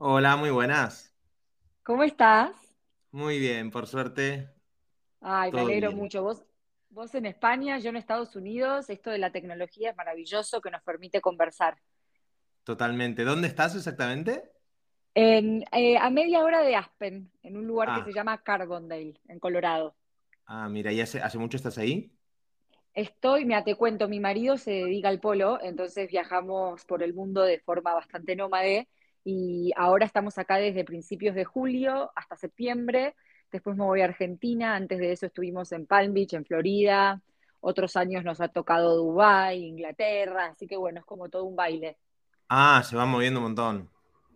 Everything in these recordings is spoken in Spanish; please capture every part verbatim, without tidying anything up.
Hola, muy buenas. ¿Cómo estás? Muy bien, por suerte, Ay, me todo alegro bien. mucho. Vos, vos en España, yo en Estados Unidos, esto de la tecnología es maravilloso que nos permite conversar. Totalmente. ¿Dónde estás exactamente? En, eh, a media hora de Aspen, en un lugar que Ah, se llama Carbondale, en Colorado. ah, mira, ¿y hace, hace mucho estás ahí? Estoy, mira, te cuento, mi marido se dedica al polo, entonces viajamos por el mundo de forma bastante nómade y ahora estamos acá desde principios de julio hasta septiembre. Después me voy a Argentina, antes de eso estuvimos en Palm Beach, en Florida. Otros años nos ha tocado Dubái, Inglaterra, así que bueno, es como todo un baile. Ah, se va moviendo un montón.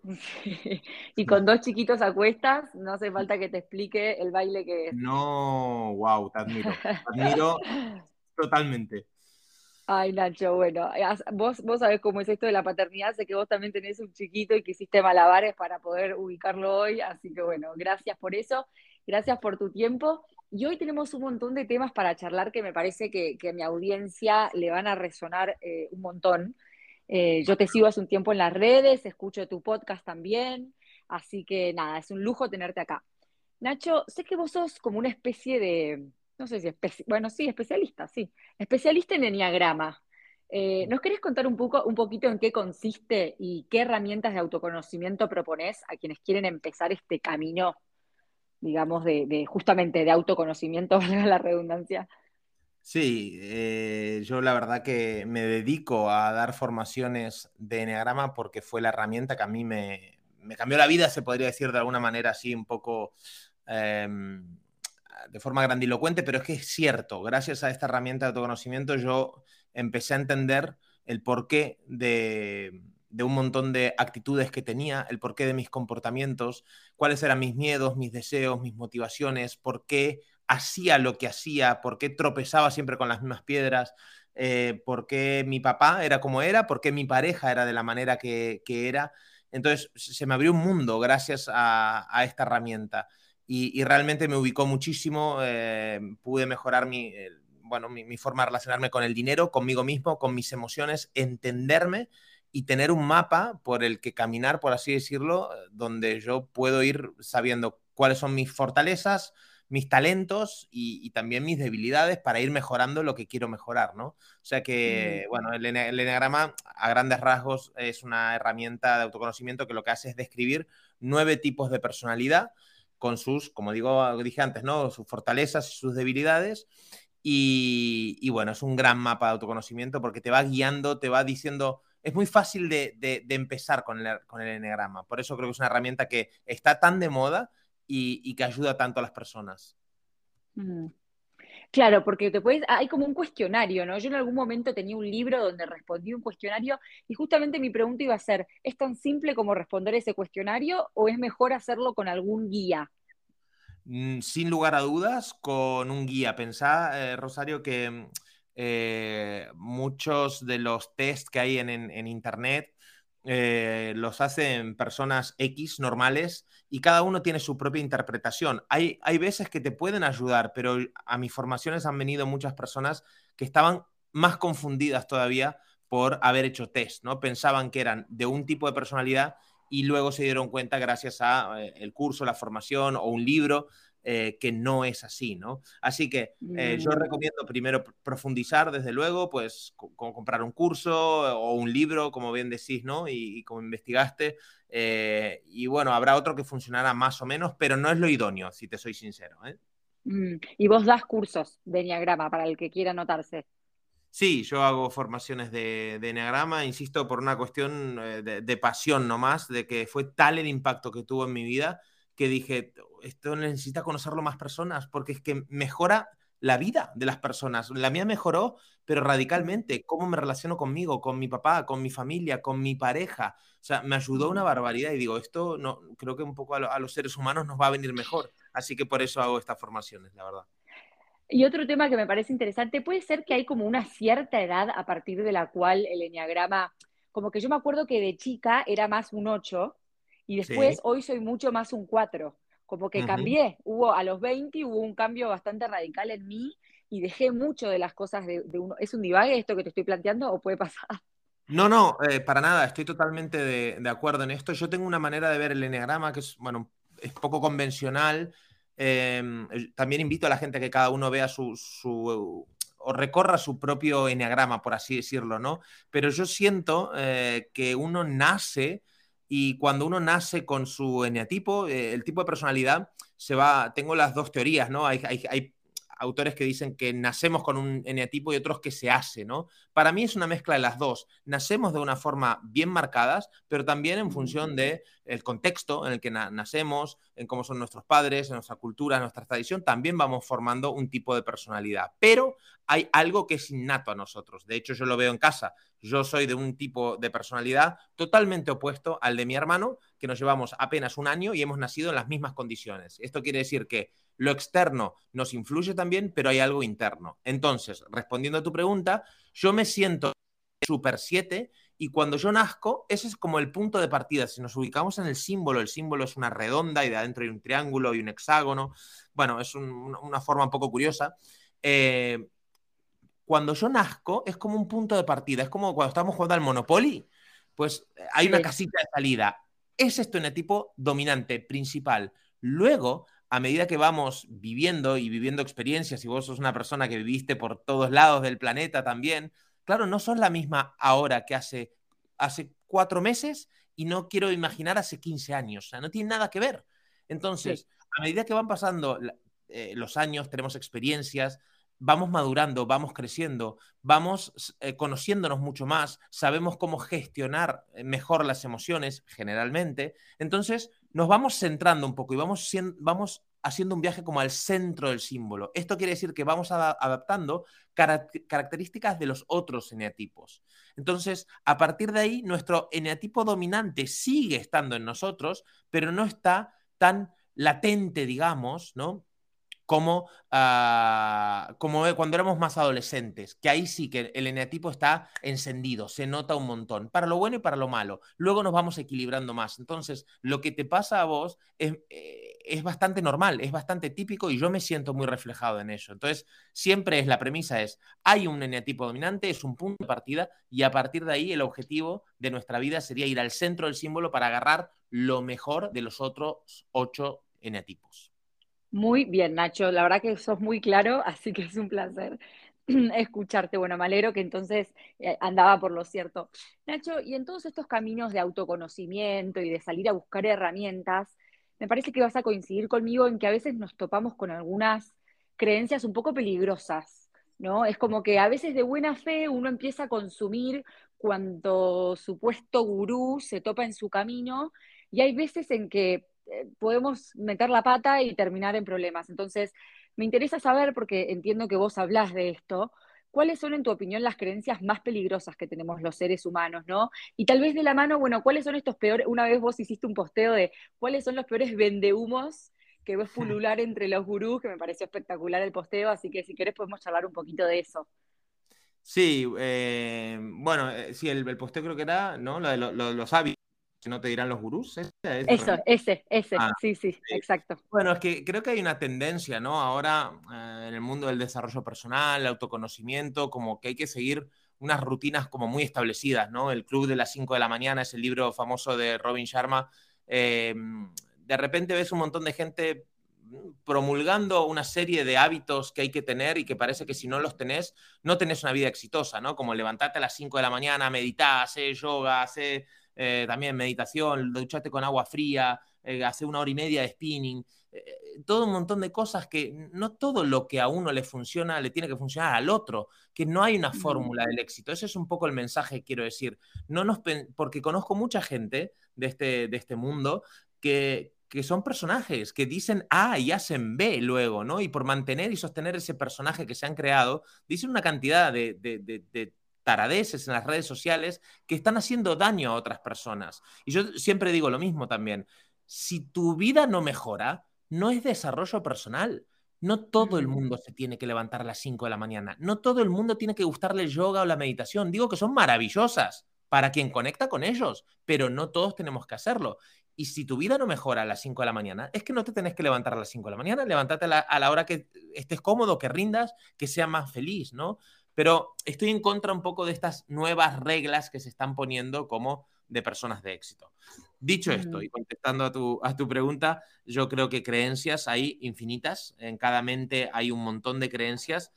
Sí. Y con dos chiquitos a cuestas, no hace falta que te explique el baile que es. No, wow, te admiro. Te admiro totalmente. Ay, Nacho, bueno, as- vos, vos sabés cómo es esto de la paternidad, sé que vos también tenés un chiquito y que hiciste malabares para poder ubicarlo hoy, así que bueno, gracias por eso, gracias por tu tiempo. Y hoy tenemos un montón de temas para charlar que me parece que, que a mi audiencia le van a resonar eh, un montón. Eh, yo te sigo hace un tiempo en las redes, escucho tu podcast también, así que nada, es un lujo tenerte acá. Nacho, sé que vos sos como una especie de, no sé si especi- bueno, sí, especialista, sí, especialista en enneagrama. Eh, ¿nos querés contar un poco, un poquito en qué consiste y qué herramientas de autoconocimiento proponés a quienes quieren empezar este camino, digamos, de, de justamente de autoconocimiento, valga la redundancia? Sí, eh, yo la verdad que me dedico a dar formaciones de Eneagrama porque fue la herramienta que a mí me, me cambió la vida, se podría decir de alguna manera así, un poco eh, de forma grandilocuente, pero es que es cierto, gracias a esta herramienta de autoconocimiento yo empecé a entender el porqué de, de un montón de actitudes que tenía, el porqué de mis comportamientos, cuáles eran mis miedos, mis deseos, mis motivaciones, por qué hacía lo que hacía, por qué tropezaba siempre con las mismas piedras, eh, por qué mi papá era como era, por qué mi pareja era de la manera que, que era. Entonces se me abrió un mundo gracias a, a esta herramienta y, y, realmente me ubicó muchísimo, eh, pude mejorar mi, eh, bueno, mi, mi forma de relacionarme con el dinero, conmigo mismo, con mis emociones, entenderme y tener un mapa por el que caminar, por así decirlo, donde yo puedo ir sabiendo cuáles son mis fortalezas, mis talentos y, y, también mis debilidades para ir mejorando lo que quiero mejorar, ¿no? O sea Mm, que, bueno, el, el Enneagrama a grandes rasgos es una herramienta de autoconocimiento que lo que hace es describir nueve tipos de personalidad con sus, como digo, dije antes, ¿no? Sus fortalezas y sus debilidades. Y, y, bueno, es un gran mapa de autoconocimiento porque te va guiando, te va diciendo, es muy fácil de, de, de empezar con el, con el Enneagrama. Por eso creo que es una herramienta que está tan de moda y, y que ayuda tanto a las personas. mm. Claro, porque te puedes, hay como un cuestionario, ¿no? Yo en algún momento tenía un libro donde respondí un cuestionario y justamente mi pregunta iba a ser, ¿es tan simple como responder ese cuestionario o es mejor hacerlo con algún guía? Mm, sin lugar a dudas, con un guía. Pensá, eh, Rosario, que mm, eh, muchos de los test que hay en, en, en Internet eh, los hacen personas X normales y cada uno tiene su propia interpretación. Hay, hay veces que te pueden ayudar, pero a mis formaciones han venido muchas personas que estaban más confundidas todavía por haber hecho test, ¿no? Pensaban que eran de un tipo de personalidad y luego se dieron cuenta gracias a eh, el curso, la formación o un libro eh, que no es así, ¿no? Así que eh, yo Mm. recomiendo primero profundizar, desde luego, pues como comprar un curso o un libro, como bien decís, ¿no? Y, y como investigaste. Eh, y bueno, habrá otro que funcionará más o menos, pero no es lo idóneo, si te soy sincero, ¿eh? Mm. Y vos das cursos de Enneagrama para el que quiera anotarse. Sí, yo hago formaciones de, de Enneagrama, insisto, por una cuestión eh, de, de pasión nomás, de que fue tal el impacto que tuvo en mi vida que dije, esto necesita conocerlo más personas, porque es que mejora la vida de las personas. La mía mejoró, pero Mm, radicalmente. Cómo me relaciono conmigo, con mi papá, con mi familia, con mi pareja. O sea, me ayudó una mm. barbaridad y digo, esto no, creo que un poco a, lo- a los seres humanos nos va a venir mejor. Así que por eso hago estas formaciones, la verdad. Y otro tema que me parece interesante, puede ser que hay como una cierta edad a partir de la cual el enneagrama, como que yo me acuerdo que de chica era más un ocho y Sí. después hoy soy mucho más un cuatro. Como que Ujú. cambié, hubo a los veinte hubo un cambio bastante radical en mí y dejé mucho de las cosas de, de uno. ¿Es un divague esto que te estoy planteando o puede pasar? No, no, eh, para nada, estoy totalmente de, de acuerdo en esto. Yo tengo una manera de ver el eneagrama que es, bueno, es poco convencional. Eh, también invito a la gente a que cada uno vea su, su o recorra su propio eneagrama, por así decirlo, ¿no? Pero yo siento eh, que uno nace y cuando uno nace con su eneatipo, eh, el tipo de personalidad se va, tengo las dos teorías, ¿no? Hay, hay, hay autores que dicen que nacemos con un eneatipo y otros que se hace, ¿no? Para mí es una mezcla de las dos. Nacemos de una forma bien marcadas, pero también en Mm. función de el contexto en el que na nacemos, en cómo son nuestros padres, en nuestra cultura, en nuestra tradición, también vamos formando un tipo de personalidad. Pero hay algo que es innato a nosotros. De hecho, yo lo veo en casa. Yo soy de un tipo de personalidad totalmente opuesto al de mi hermano, que nos llevamos apenas un año y hemos nacido en las mismas condiciones. Esto quiere decir que lo externo nos influye también, pero hay algo interno. Entonces, respondiendo a tu pregunta, yo me siento super siete y cuando yo nazco, ese es como el punto de partida. Si nos ubicamos en el símbolo, el símbolo es una redonda y de adentro hay un triángulo y un hexágono. Bueno, es un, una forma un poco curiosa. Eh, cuando yo nazco, es como un punto de partida. Es como cuando estamos jugando al Monopoly, pues hay una Sí. casita de salida. Ese es tu eneatipo dominante, principal. Luego, a medida que vamos viviendo y viviendo experiencias, y vos sos una persona que viviste por todos lados del planeta también, claro, no sos la misma ahora que hace, hace cuatro meses y no quiero imaginar hace quince años. O sea, no tiene nada que ver. Sí. Entonces, a medida que van pasando eh, los años, tenemos experiencias, vamos madurando, vamos creciendo, vamos eh, conociéndonos mucho más, sabemos cómo gestionar mejor las emociones generalmente, entonces nos vamos centrando un poco y vamos, vamos haciendo un viaje como al centro del símbolo. Esto quiere decir que vamos a, adaptando car características de los otros eneatipos. Entonces, a partir de ahí, nuestro eneatipo dominante sigue estando en nosotros, pero no está tan latente, digamos, ¿no? Como, uh, como cuando éramos más adolescentes, que ahí sí que el eneatipo está encendido, se nota un montón, para lo bueno y para lo malo. Luego nos vamos equilibrando más. Entonces, lo que te pasa a vos es, eh, es bastante normal, es bastante típico y yo me siento muy reflejado en eso. Entonces, siempre es la premisa es, hay un eneatipo dominante, es un punto de partida y a partir de ahí el objetivo de nuestra vida sería ir al centro del símbolo para agarrar lo mejor de los otros ocho eneatipos. Muy bien, Nacho. La verdad que sos muy claro, así que es un placer escucharte. Bueno, me alegro que entonces eh, andaba por lo cierto. Nacho, y en todos estos caminos de autoconocimiento y de salir a buscar herramientas, me parece que vas a coincidir conmigo en que a veces nos topamos con algunas creencias un poco peligrosas, ¿no? Es como que a veces de buena fe uno empieza a consumir cuanto supuesto gurú se topa en su camino, y hay veces en que eh, podemos meter la pata y terminar en problemas. Entonces, me interesa saber, porque entiendo que vos hablás de esto, ¿cuáles son, en tu opinión, las creencias más peligrosas que tenemos los seres humanos, ¿no? Y tal vez de la mano, bueno, ¿cuáles son estos peores? Una vez vos hiciste un posteo de cuáles son los peores vendehumos que ves pulular entre los gurús, que me pareció espectacular el posteo, así que si querés podemos charlar un poquito de eso. Sí, eh, bueno, eh, sí, el, el posteo creo que era, ¿no? Lo de lo, lo, los hábitos que no te dirán los gurús, ¿ese, a ese te Eso, refieres? ese, ese, Ah, sí, sí, sí. exacto. Bueno, es que creo que hay una tendencia, ¿no? Ahora, eh, en el mundo del desarrollo personal, el autoconocimiento, como que hay que seguir unas rutinas como muy establecidas, ¿no? El Club de las cinco de la mañana es el libro famoso de Robin Sharma. Eh, de repente ves un montón de gente promulgando una serie de hábitos que hay que tener y que parece que si no los tenés, no tenés una vida exitosa, ¿no? Como levantarte a las cinco de la mañana, meditar, hacer yoga, hacer eh, también meditación, ducharte con agua fría, eh, hacer una hora y media de spinning, eh, todo un montón de cosas que no todo lo que a uno le funciona le tiene que funcionar al otro, que no hay una Mm. fórmula del éxito. Ese es un poco el mensaje que quiero decir. No nos, porque conozco mucha gente de este, de este mundo que, que son personajes que dicen A y hacen B luego, ¿no? Y por mantener y sostener ese personaje que se han creado, dicen una cantidad de, de, de, de taradeces en las redes sociales que están haciendo daño a otras personas. Y yo siempre digo lo mismo también. Si tu vida no mejora, no es desarrollo personal. No todo el Mm. mundo se tiene que levantar a las cinco de la mañana. No todo el mundo tiene que gustarle el yoga o la meditación. Digo que son maravillosas para quien conecta con ellos, pero no todos tenemos que hacerlo. Y si tu vida no mejora a las cinco de la mañana, es que no te tenés que levantar a las cinco de la mañana, levántate a la, a la hora que estés cómodo, que rindas, que sea más feliz, ¿no? pero estoy en contra un poco de estas nuevas reglas que se están poniendo como de personas de éxito. Dicho esto, Mm, y contestando a tu, a tu pregunta, yo creo que creencias hay infinitas. En cada mente hay un montón de creencias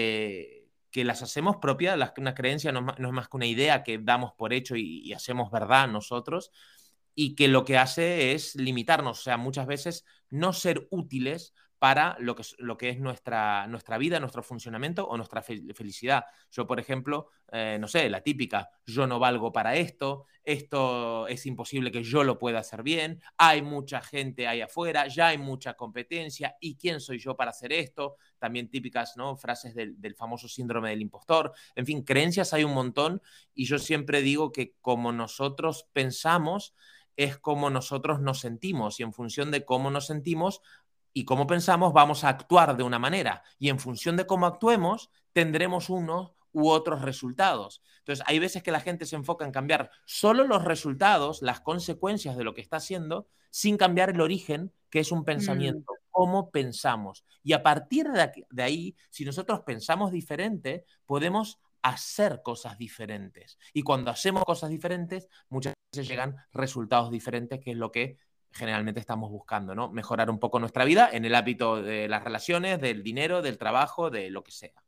que, que las hacemos propias. Las, una creencia no, no es más que una idea que damos por hecho y, y hacemos verdad nosotros, y que lo que hace es limitarnos, o sea, muchas veces no ser útiles para lo que, lo que es nuestra, nuestra vida, nuestro funcionamiento o nuestra fe felicidad. Yo, por ejemplo, eh, no sé, la típica, yo no valgo para esto, esto es imposible que yo lo pueda hacer bien, hay mucha gente ahí afuera, ya hay mucha competencia, ¿y quién soy yo para hacer esto? También típicas, ¿no?, frases del, del famoso síndrome del impostor. En fin, creencias hay un montón, y yo siempre digo que como nosotros pensamos, es como nosotros nos sentimos, y en función de cómo nos sentimos y cómo pensamos, vamos a actuar de una manera, y en función de cómo actuemos, tendremos unos u otros resultados. Entonces, hay veces que la gente se enfoca en cambiar solo los resultados, las consecuencias de lo que está haciendo, sin cambiar el origen, que es un mm. pensamiento, cómo pensamos. Y a partir de ahí, si nosotros pensamos diferente, podemos hacer cosas diferentes. Y cuando hacemos cosas diferentes, muchas veces llegan resultados diferentes, que es lo que generalmente estamos buscando, ¿no? Mejorar un poco nuestra vida en el ámbito de las relaciones, del dinero, del trabajo, de lo que sea.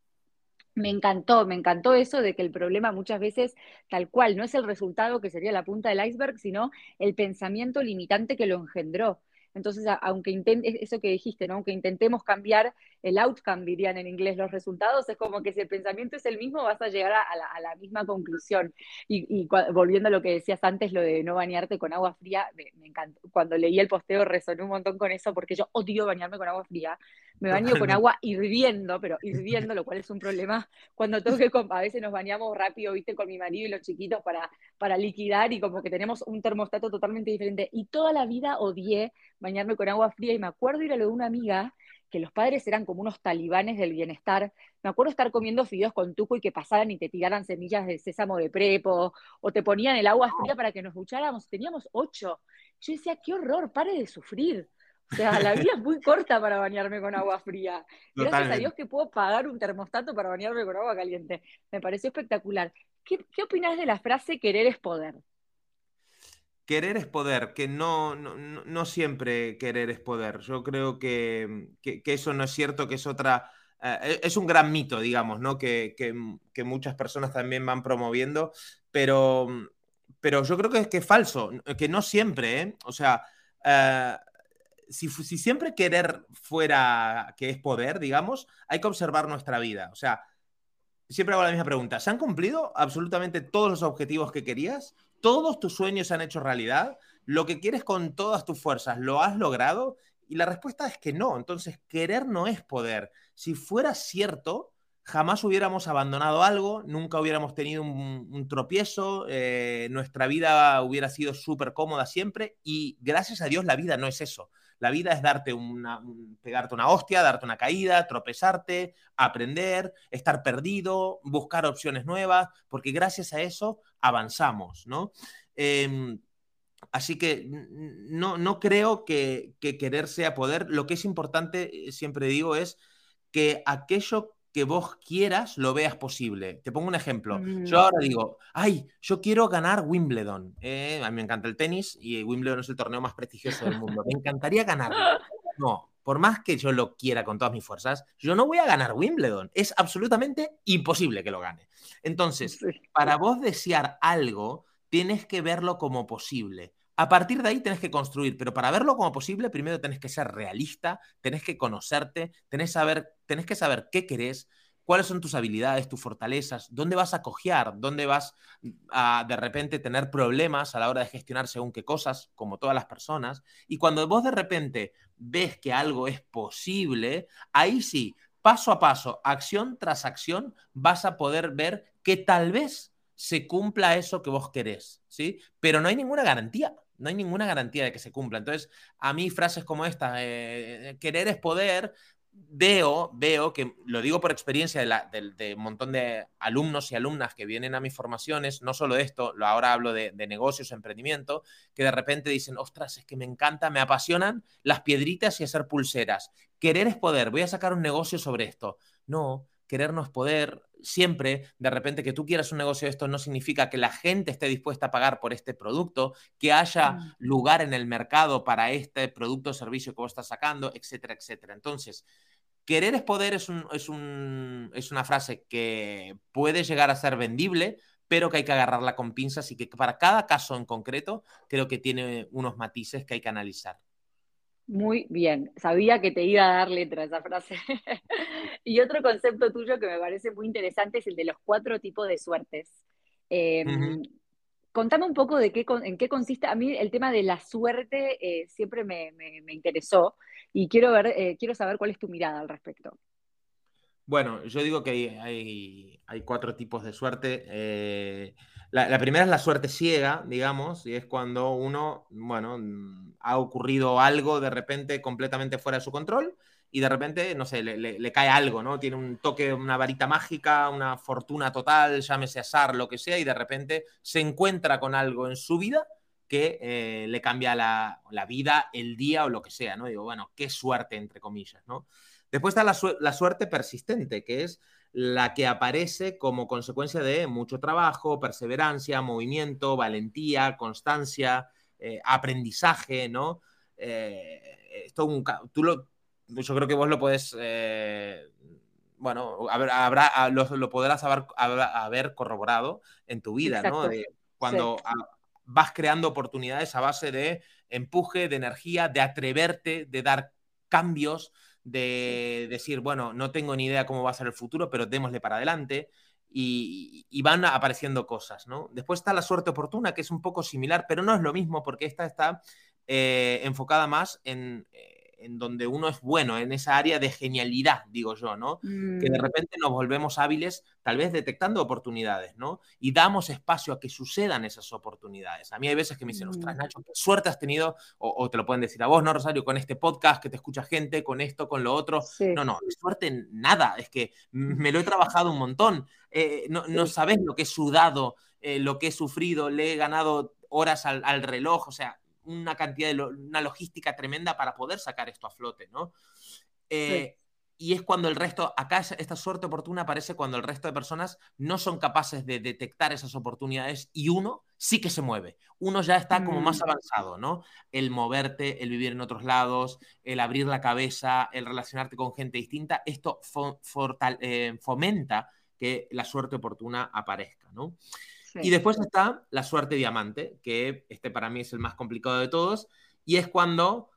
Me encantó, me encantó eso de que el problema muchas veces, tal cual, no es el resultado que sería la punta del iceberg, sino el pensamiento limitante que lo engendró. Entonces, a- aunque intente, eso que dijiste, ¿no? Aunque intentemos cambiar el outcome, dirían en inglés, los resultados, es como que si el pensamiento es el mismo, vas a llegar a, a la, a la misma conclusión. Y, y cua- volviendo a lo que decías antes, lo de no bañarte con agua fría, me, me encantó. Cuando leí el posteo resoné un montón con eso, porque yo odio bañarme con agua fría. Me baño con Totalmente. agua hirviendo, pero hirviendo, lo cual es un problema cuando tengo que, a veces nos bañamos rápido, viste, con mi marido y los chiquitos para, para liquidar, y como que tenemos un termostato totalmente diferente. Y toda la vida odié bañarme con agua fría, y me acuerdo ir a lo de una amiga, que los padres eran como unos talibanes del bienestar. Me acuerdo estar comiendo fideos con tuco y que pasaran y te tiraran semillas de sésamo de prepo, o te ponían el agua fría para que nos ducháramos. Teníamos ocho. Yo decía, qué horror, pare de sufrir. O sea, la vida es muy corta para bañarme con agua fría. Gracias a Totalmente. Dios que puedo pagar un termostato para bañarme con agua caliente. Me pareció espectacular. ¿Qué, qué opinas de la frase querer es poder? Querer es poder, que no, no, no no siempre querer es poder. Yo creo que, que, que eso no es cierto, que es otra... eh, es un gran mito, digamos, ¿no? Que, que, que muchas personas también van promoviendo, pero, pero yo creo que es, que es falso, que no siempre, ¿eh? O sea, eh, si, si siempre querer fuera que es poder, digamos, hay que observar nuestra vida. O sea, siempre hago la misma pregunta. ¿Se han cumplido absolutamente todos los objetivos que querías? ¿Todos tus sueños se han hecho realidad? ¿Lo que quieres con todas tus fuerzas lo has logrado? Y la respuesta es que no. Entonces, querer no es poder. Si fuera cierto, jamás hubiéramos abandonado algo, nunca hubiéramos tenido un, un tropiezo, eh, nuestra vida hubiera sido súper cómoda siempre, y gracias a Dios la vida no es eso. La vida es darte una, un, pegarte una hostia, darte una caída, tropezarte, aprender, estar perdido, buscar opciones nuevas, porque gracias a eso avanzamos, ¿no? Eh, Así que no, no creo que, que, querer sea poder. Lo que es importante, siempre digo, es que aquello que vos quieras lo veas posible. Te pongo un ejemplo. Yo Mm, ahora digo, ay, yo quiero ganar Wimbledon. Eh, a mí me encanta el tenis y Wimbledon es el torneo más prestigioso del mundo. Me encantaría ganarlo. No, por más que yo lo quiera con todas mis fuerzas, yo no voy a ganar Wimbledon. Es absolutamente imposible que lo gane. Entonces, sí. para vos desear algo, tienes que verlo como posible. A partir de ahí tenés que construir, pero para verlo como posible, primero tenés que ser realista, tenés que conocerte, tenés, saber, tenés que saber qué querés, cuáles son tus habilidades, tus fortalezas, dónde vas a cojear, dónde vas a de repente tener problemas a la hora de gestionar según qué cosas, como todas las personas. Y cuando vos de repente ves que algo es posible, ahí sí, paso a paso, acción tras acción, vas a poder ver que tal vez se cumpla eso que vos querés, ¿sí? Pero no hay ninguna garantía, no hay ninguna garantía de que se cumpla. Entonces, a mí frases como esta, eh, querer es poder, veo, veo que, lo digo por experiencia de, la, de, de, un montón de alumnos y alumnas que vienen a mis formaciones, no solo esto, lo, ahora hablo de, de negocios, emprendimiento, que de repente dicen, ostras, es que me encanta, me apasionan las piedritas y hacer pulseras. Querer es poder, voy a sacar un negocio sobre esto. No, querer no es poder. Siempre, de repente, que tú quieras un negocio de esto no significa que la gente esté dispuesta a pagar por este producto, que haya Mm. lugar en el mercado para este producto o servicio que vos estás sacando, etcétera, etcétera. Entonces, querer es poder es, un, es, un, es una frase que puede llegar a ser vendible, pero que hay que agarrarla con pinzas y que para cada caso en concreto creo que tiene unos matices que hay que analizar. Muy bien, sabía que te iba a dar letra esa frase. Y otro concepto tuyo que me parece muy interesante es el de los cuatro tipos de suertes. Eh, Ujú. Contame un poco de qué, con- en qué consiste. A mí el tema de la suerte eh, siempre me, me- me interesó y quiero ver, eh, quiero saber cuál es tu mirada al respecto. Bueno, yo digo que hay, hay, hay cuatro tipos de suerte. Eh, la, la primera es la suerte ciega, digamos, y es cuando uno, bueno, mm, ha ocurrido algo de repente completamente fuera de su control y de repente, no sé, le, le- le cae algo, ¿no? Tiene un toque, una varita mágica, una fortuna total, llámese azar, lo que sea, y de repente se encuentra con algo en su vida que eh, le cambia la, la vida, el día o lo que sea, ¿no? Digo, bueno, qué suerte, entre comillas, ¿no? Después está la, su la suerte persistente, que es la que aparece como consecuencia de mucho trabajo, perseverancia, movimiento, valentía, constancia, eh, aprendizaje, ¿no? Eh, esto un, tú lo, yo creo que vos lo puedes, eh, bueno, habrá, habrá, lo, lo, podrás haber, haber, corroborado en tu vida, ¿no? Exacto, De sí, cuando a, vas creando oportunidades a base de empuje, de energía, de atreverte, de dar cambios, sí. de decir, bueno, no tengo ni idea cómo va a ser el futuro, pero démosle para adelante. Y, y, van apareciendo cosas, ¿no? Después está la suerte oportuna, que es un poco similar, pero no es lo mismo porque esta está eh, enfocada más en, en donde uno es bueno, en esa área de genialidad, digo yo, ¿no? Que de Mm, repente nos volvemos hábiles, tal vez detectando oportunidades, ¿no? Y damos espacio a que sucedan esas oportunidades. A mí hay veces que me dicen, ostras, mm, Nacho, qué suerte has tenido, o, o te lo pueden decir a vos, ¿no, Rosario? Con este podcast que te escucha gente, con esto, con lo otro. sí, No, no, suerte nada, es que me lo he trabajado un montón. Eh, no, no sí. sabes lo que he sudado, eh, lo que he sufrido, le he ganado horas al, al reloj, o sea, una cantidad de lo, una logística tremenda para poder sacar esto a flote, ¿no? Sí. Eh, y es cuando el resto, acá esta suerte oportuna aparece cuando el resto de personas no son capaces de detectar esas oportunidades y uno sí que se mueve. Uno ya está como más Mm, avanzado, ¿no? El moverte, el vivir en otros lados, el abrir la cabeza, el relacionarte con gente distinta, esto fo fortal eh, fomenta que la suerte oportuna aparezca, ¿no? Y sí. después está la suerte diamante, que este para mí es el más complicado de todos, y es cuando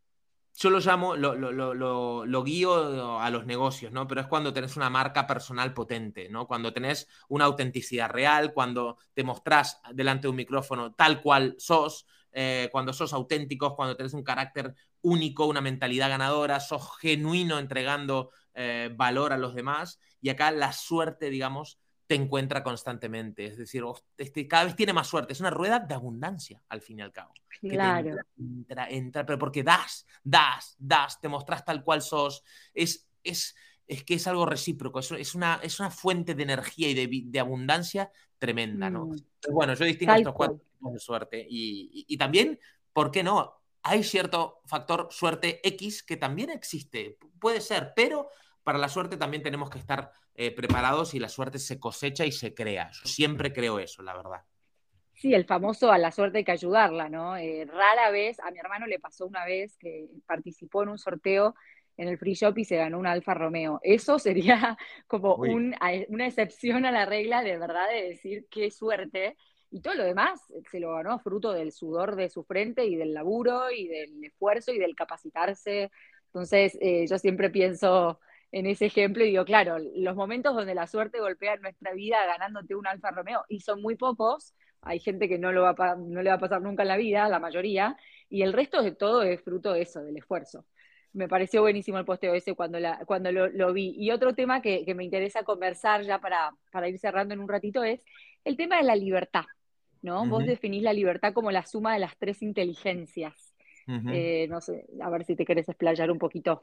yo lo llamo, lo, lo, lo, lo, guío a los negocios, ¿no? Pero es cuando tenés una marca personal potente, ¿no? Cuando tenés una autenticidad real, cuando te mostrás delante de un micrófono tal cual sos, eh, cuando sos auténticos, cuando tenés un carácter único, una mentalidad ganadora, sos genuino entregando eh, valor a los demás. Y acá la suerte, digamos, te encuentra constantemente. Es decir, este, cada vez tiene más suerte. Es una rueda de abundancia, al fin y al cabo. Que te entra, Claro. entra, entra, pero porque das, das, das, te mostrás tal cual sos. Es, es, es que es algo recíproco, es, es, una, es una fuente de energía y de, de abundancia tremenda, ¿no? Mm, Pues bueno, yo distingo tal estos cuatro cual. tipos de suerte. Y, y, y también, ¿por qué no? Hay cierto factor suerte X que también existe, puede ser, pero para la suerte también tenemos que estar eh, preparados y la suerte se cosecha y se crea. Yo siempre creo eso, la verdad. Sí, el famoso a la suerte hay que ayudarla, ¿no? Eh, rara vez, a mi hermano le pasó una vez que participó en un sorteo en el free shop y se ganó un Alfa Romeo. Eso sería como Uy. un, una excepción a la regla, de verdad, de decir qué suerte. Y todo lo demás se lo ganó fruto del sudor de su frente y del laburo y del esfuerzo y del capacitarse. Entonces, eh, yo siempre pienso en ese ejemplo y digo, claro, los momentos donde la suerte golpea en nuestra vida ganándote un Alfa Romeo, y son muy pocos, hay gente que no, lo va a, no le va a pasar nunca en la vida, la mayoría, y el resto de todo es fruto de eso, del esfuerzo. Me pareció buenísimo el posteo ese cuando, la, cuando lo, lo, vi. Y otro tema que, que me interesa conversar ya para, para, ir cerrando en un ratito es el tema de la libertad, ¿no? Uh Vos -huh. definís la libertad como la suma de las tres inteligencias. Uh -huh. Eh, no sé, a ver si te querés explayar un poquito.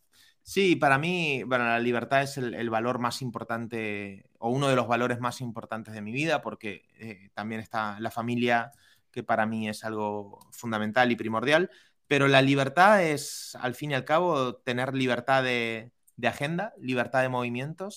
Sí, para mí, bueno, la libertad es el, el, valor más importante o uno de los valores más importantes de mi vida porque eh, también está la familia, que para mí es algo fundamental y primordial, pero la libertad es, al fin y al cabo, tener libertad de, de agenda, libertad de movimientos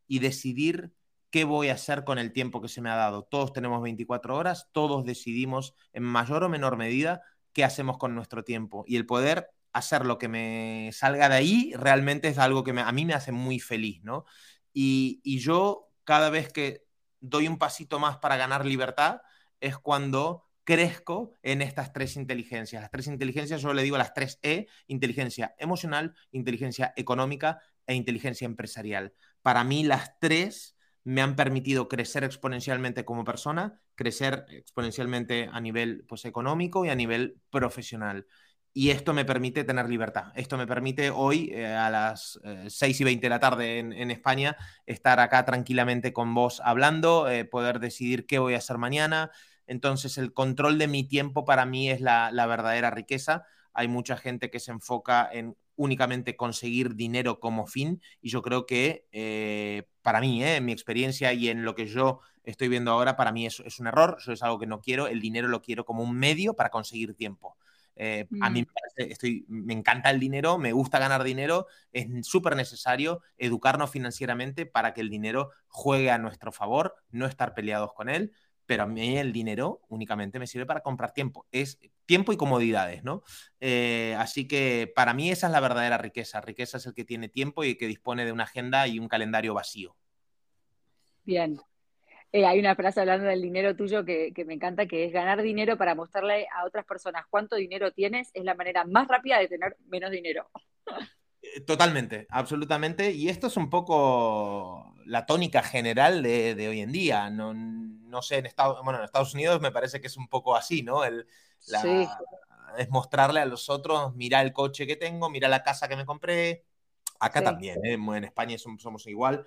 y decidir qué voy a hacer con el tiempo que se me ha dado. Todos tenemos veinticuatro horas, todos decidimos en mayor o menor medida qué hacemos con nuestro tiempo. Y el poder hacer lo que me salga de ahí realmente es algo que me, a mí me hace muy feliz, ¿no? Y, y yo cada vez que doy un pasito más para ganar libertad es cuando crezco en estas tres inteligencias. Las tres inteligencias, yo le digo las tres E: inteligencia emocional, inteligencia económica e inteligencia empresarial. Para mí las tres me han permitido crecer exponencialmente como persona, crecer exponencialmente a nivel pues, económico y a nivel profesional. Y esto me permite tener libertad. Esto me permite hoy, eh, a las eh, seis y veinte de la tarde en, en España, estar acá tranquilamente con vos hablando, eh, poder decidir qué voy a hacer mañana. Entonces, el control de mi tiempo para mí es la, la verdadera riqueza. Hay mucha gente que se enfoca en únicamente conseguir dinero como fin, y yo creo que eh, para mí, eh, en mi experiencia y en lo que yo estoy viendo ahora, para mí es, es un error. Eso es algo que no quiero. El dinero lo quiero como un medio para conseguir tiempo. Eh, a mí Mm. me, parece, estoy, me encanta el dinero, me gusta ganar dinero, es súper necesario educarnos financieramente para que el dinero juegue a nuestro favor, no estar peleados con él, pero a mí el dinero únicamente me sirve para comprar tiempo, es tiempo y comodidades, ¿no? Eh, así que para mí esa es la verdadera riqueza. Riqueza es el que tiene tiempo y el que dispone de una agenda y un calendario vacío. Bien. Eh, hay una frase hablando del dinero tuyo que, que me encanta, que es: ganar dinero para mostrarle a otras personas cuánto dinero tienes es la manera más rápida de tener menos dinero. Totalmente, absolutamente. Y esto es un poco la tónica general de, de hoy en día. No, no sé, en Estados, bueno, en Estados Unidos me parece que es un poco así, ¿no? El, Sí, la, es mostrarle a los otros: mira el coche que tengo, mira la casa que me compré. Acá sí, también, ¿eh? En España somos, somos igual.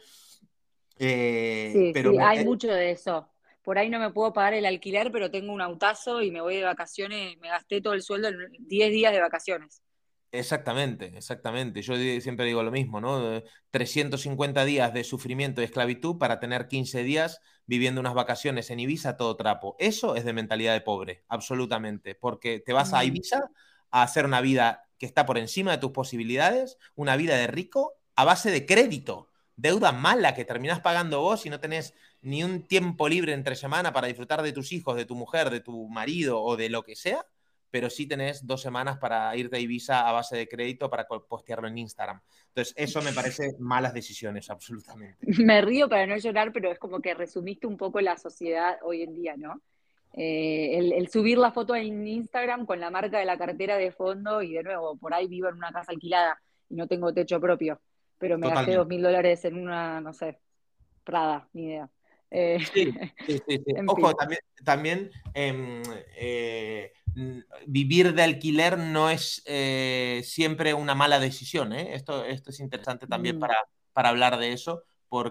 Eh, sí, pero sí, me, hay eh, mucho de eso. Por ahí no me puedo pagar el alquiler, pero tengo un autazo y me voy de vacaciones, me gasté todo el sueldo en diez días de vacaciones. Exactamente, exactamente. Yo siempre digo lo mismo, ¿no? trescientos cincuenta días de sufrimiento y esclavitud para tener quince días viviendo unas vacaciones en Ibiza todo trapo. Eso es de mentalidad de pobre, absolutamente, porque te vas a Mm. Ibiza a hacer una vida que está por encima de tus posibilidades, una vida de rico a base de crédito, deuda mala que terminás pagando vos y no tenés ni un tiempo libre entre semana para disfrutar de tus hijos, de tu mujer, de tu marido o de lo que sea, pero sí tenés dos semanas para irte a Ibiza a base de crédito para postearlo en Instagram. Entonces, eso me parece malas decisiones, absolutamente. Me río para no llorar, pero es como que resumiste un poco la sociedad hoy en día, ¿no? Eh, el, el subir la foto en Instagram con la marca de la cartera de fondo y de nuevo, por ahí vivo en una casa alquilada y no tengo techo propio, pero me gasté dos Totalmente. mil dólares en una, no sé, Prada, ni idea. Eh, Sí, sí, sí, sí. en Ojo, fin. también, también eh, eh, vivir de alquiler no es eh, siempre una mala decisión, ¿eh? Esto, esto es interesante también Mm, para, para hablar de eso,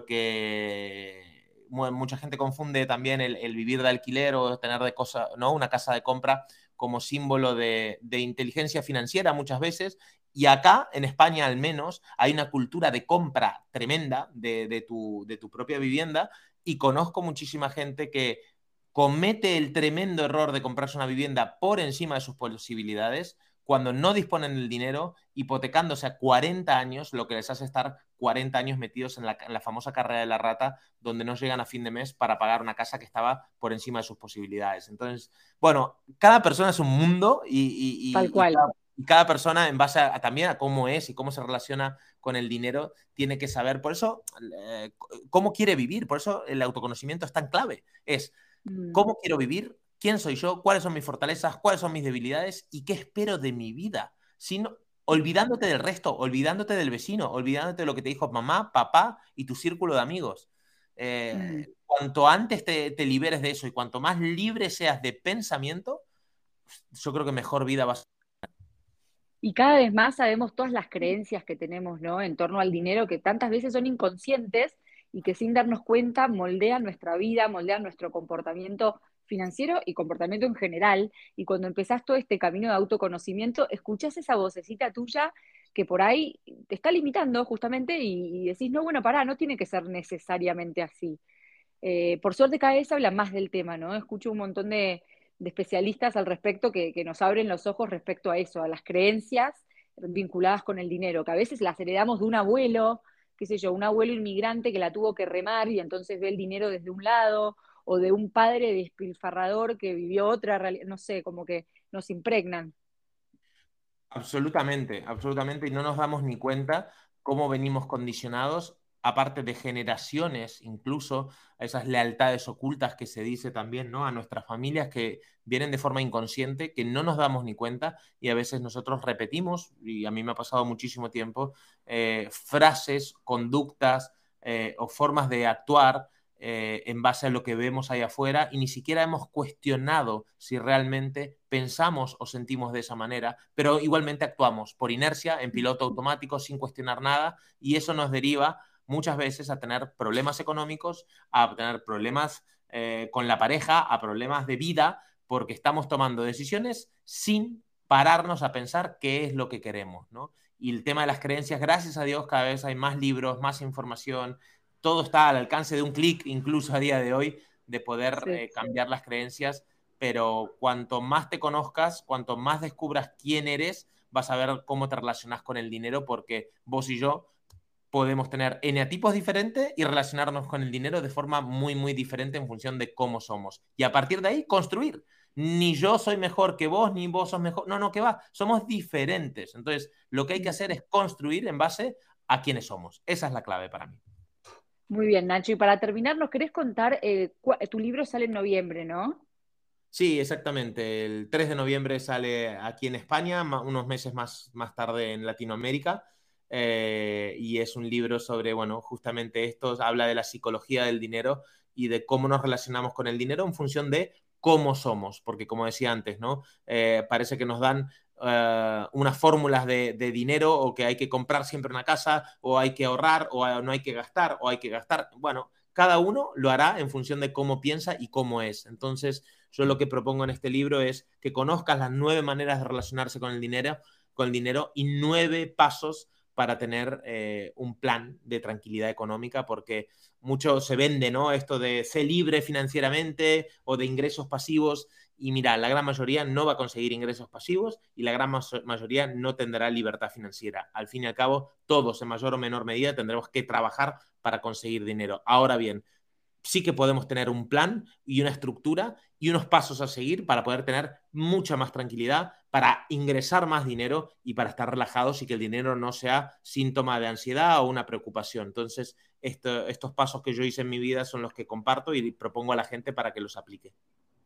porque mu- mucha gente confunde también el, el vivir de alquiler o tener de cosa, ¿no? Una casa de compra como símbolo de, de inteligencia financiera muchas veces. Y acá, en España al menos, hay una cultura de compra tremenda de, de tu, de tu propia vivienda, y conozco muchísima gente que comete el tremendo error de comprarse una vivienda por encima de sus posibilidades cuando no disponen del dinero, hipotecándose a cuarenta años, lo que les hace estar cuarenta años metidos en la, en la famosa carrera de la rata, donde no llegan a fin de mes para pagar una casa que estaba por encima de sus posibilidades. Entonces, bueno, cada persona es un mundo y, tal y, y, y, cual. cada, y cada, persona, en base a, a, también a cómo es y cómo se relaciona con el dinero, tiene que saber. Por eso, eh, cómo quiere vivir. Por eso el autoconocimiento es tan clave. Es Mm. cómo quiero vivir, quién soy yo, cuáles son mis fortalezas, cuáles son mis debilidades y qué espero de mi vida. Sino, olvidándote del resto, olvidándote del vecino, olvidándote de lo que te dijo mamá, papá y tu círculo de amigos. Mm. Eh, cuanto antes te, te liberes de eso y cuanto más libre seas de pensamiento, yo creo que mejor vida vas a... Y cada vez más sabemos todas las creencias que tenemos, ¿no? En torno al dinero, que tantas veces son inconscientes y que sin darnos cuenta moldean nuestra vida, moldean nuestro comportamiento financiero y comportamiento en general. Y cuando empezás todo este camino de autoconocimiento, escuchás esa vocecita tuya que por ahí te está limitando justamente y, y decís: no, bueno, pará, no tiene que ser necesariamente así. Eh, por suerte cada vez habla más del tema, ¿no? Escucho un montón de, de especialistas al respecto que, que, nos abren los ojos respecto a eso, a las creencias vinculadas con el dinero, que a veces las heredamos de un abuelo, qué sé yo, un abuelo inmigrante que la tuvo que remar y entonces ve el dinero desde un lado, o de un padre despilfarrador que vivió otra realidad, no sé, como que nos impregnan. Absolutamente, absolutamente, y no nos damos ni cuenta cómo venimos condicionados, aparte de generaciones, incluso a esas lealtades ocultas que se dice también, ¿no? A nuestras familias que vienen de forma inconsciente, que no nos damos ni cuenta y a veces nosotros repetimos, y a mí me ha pasado muchísimo tiempo, eh, frases, conductas eh, o formas de actuar eh, en base a lo que vemos ahí afuera y ni siquiera hemos cuestionado si realmente pensamos o sentimos de esa manera, pero igualmente actuamos por inercia, en piloto automático, sin cuestionar nada, y eso nos deriva muchas veces a tener problemas económicos, a tener problemas eh, con la pareja, a problemas de vida, porque estamos tomando decisiones sin pararnos a pensar qué es lo que queremos, ¿no? Y el tema de las creencias, gracias a Dios, cada vez hay más libros, más información, todo está al alcance de un clic, incluso a día de hoy, de poder Sí. eh, cambiar las creencias, pero cuanto más te conozcas, cuanto más descubras quién eres, vas a ver cómo te relacionas con el dinero, porque vos y yo podemos tener eneatipos diferentes y relacionarnos con el dinero de forma muy, muy diferente en función de cómo somos. Y a partir de ahí, construir. Ni yo soy mejor que vos, ni vos sos mejor. No, no, que va. Somos diferentes. Entonces, lo que hay que hacer es construir en base a quiénes somos. Esa es la clave para mí. Muy bien, Nacho. Y para terminar, ¿nos querés contar? Eh, tu libro sale en noviembre, ¿no? Sí, exactamente. El tres de noviembre sale aquí en España, unos meses más, más tarde en Latinoamérica. Eh, y es un libro sobre, bueno, justamente esto, habla de la psicología del dinero y de cómo nos relacionamos con el dinero en función de cómo somos, porque como decía antes, ¿no? Eh, parece que nos dan uh, unas fórmulas de, de dinero o que hay que comprar siempre una casa o hay que ahorrar o no hay que gastar o hay que gastar. Bueno, cada uno lo hará en función de cómo piensa y cómo es. Entonces, yo lo que propongo en este libro es que conozcas las nueve maneras de relacionarse con el dinero, con el dinero y nueve pasos para tener eh, un plan de tranquilidad económica, porque mucho se vende, ¿no? Esto de ser libre financieramente o de ingresos pasivos. Y mira, la gran mayoría no va a conseguir ingresos pasivos y la gran mayoría no tendrá libertad financiera. Al fin y al cabo, todos en mayor o menor medida tendremos que trabajar para conseguir dinero. Ahora bien, sí que podemos tener un plan y una estructura y unos pasos a seguir para poder tener mucha más tranquilidad, para ingresar más dinero y para estar relajados y que el dinero no sea síntoma de ansiedad o una preocupación. Entonces, esto, estos pasos que yo hice en mi vida son los que comparto y propongo a la gente para que los aplique.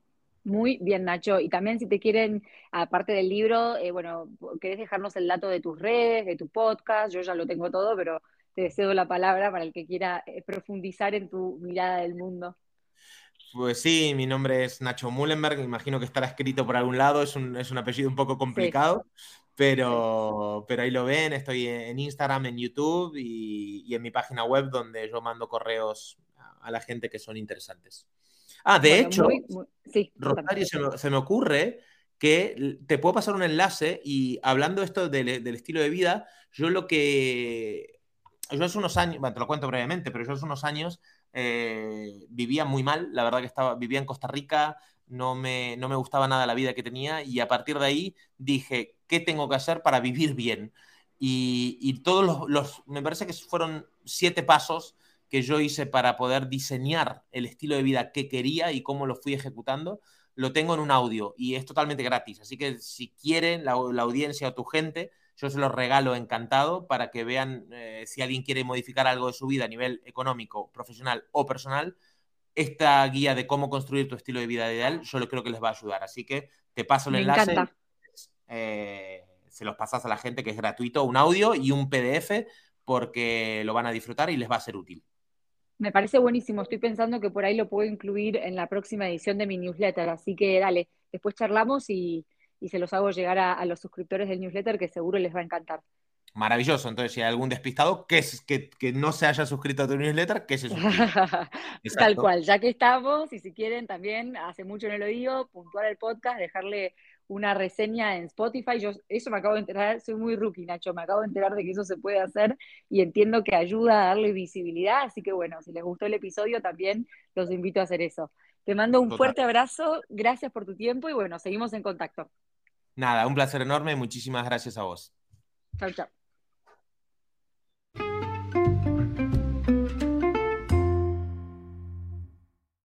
Muy bien, Nacho. Y también si te quieren, aparte del libro, eh, bueno, querés dejarnos el dato de tus redes, de tu podcast, yo ya lo tengo todo, pero te cedo la palabra para el que quiera eh, profundizar en tu mirada del mundo. Pues sí, mi nombre es Nacho Mullenberg, imagino que estará escrito por algún lado, es un, es un apellido un poco Sí, complicado, sí. pero, pero ahí lo ven, estoy en Instagram, en YouTube y, y en mi página web donde yo mando correos a la gente que son interesantes. Ah, de Bueno, hecho, muy, muy, sí, contame. Rosario, se me, se me ocurre que te puedo pasar un enlace y hablando esto del, del estilo de vida, yo lo que... Yo hace unos años, bueno, te lo cuento brevemente, pero yo hace unos años eh, vivía muy mal, la verdad que estaba, vivía en Costa Rica, no me, no me gustaba nada la vida que tenía y a partir de ahí dije, ¿qué tengo que hacer para vivir bien? Y, y todos los, los, me parece que fueron siete pasos que yo hice para poder diseñar el estilo de vida que quería y cómo lo fui ejecutando, lo tengo en un audio y es totalmente gratis. Así que si quieren la, la audiencia o tu gente, yo se los regalo encantado para que vean eh, si alguien quiere modificar algo de su vida a nivel económico, profesional o personal. Esta guía de cómo construir tu estilo de vida ideal, yo creo que les va a ayudar. Así que te paso el Me enlace, encanta. eh, se los pasas a la gente que es gratuito, un audio y un P D F, porque lo van a disfrutar y les va a ser útil. Me parece buenísimo. Estoy pensando que por ahí lo puedo incluir en la próxima edición de mi newsletter. Así que dale, después charlamos y, y se los hago llegar a, a los suscriptores del newsletter que seguro les va a encantar. Maravilloso. Entonces, si hay algún despistado que, es, que, que no se haya suscrito a tu newsletter, que se suscriba. Tal Exacto. cual, ya que estamos, y si quieren también, hace mucho no lo digo, puntuar el podcast, dejarle una reseña en Spotify. Yo eso me acabo de enterar, soy muy rookie, Nacho, me acabo de enterar de que eso se puede hacer y entiendo que ayuda a darle visibilidad, así que bueno, si les gustó el episodio también los invito a hacer eso. Te mando un Total. fuerte abrazo, gracias por tu tiempo y bueno, seguimos en contacto. Nada, un placer enorme. Muchísimas gracias a vos. Chau, chau.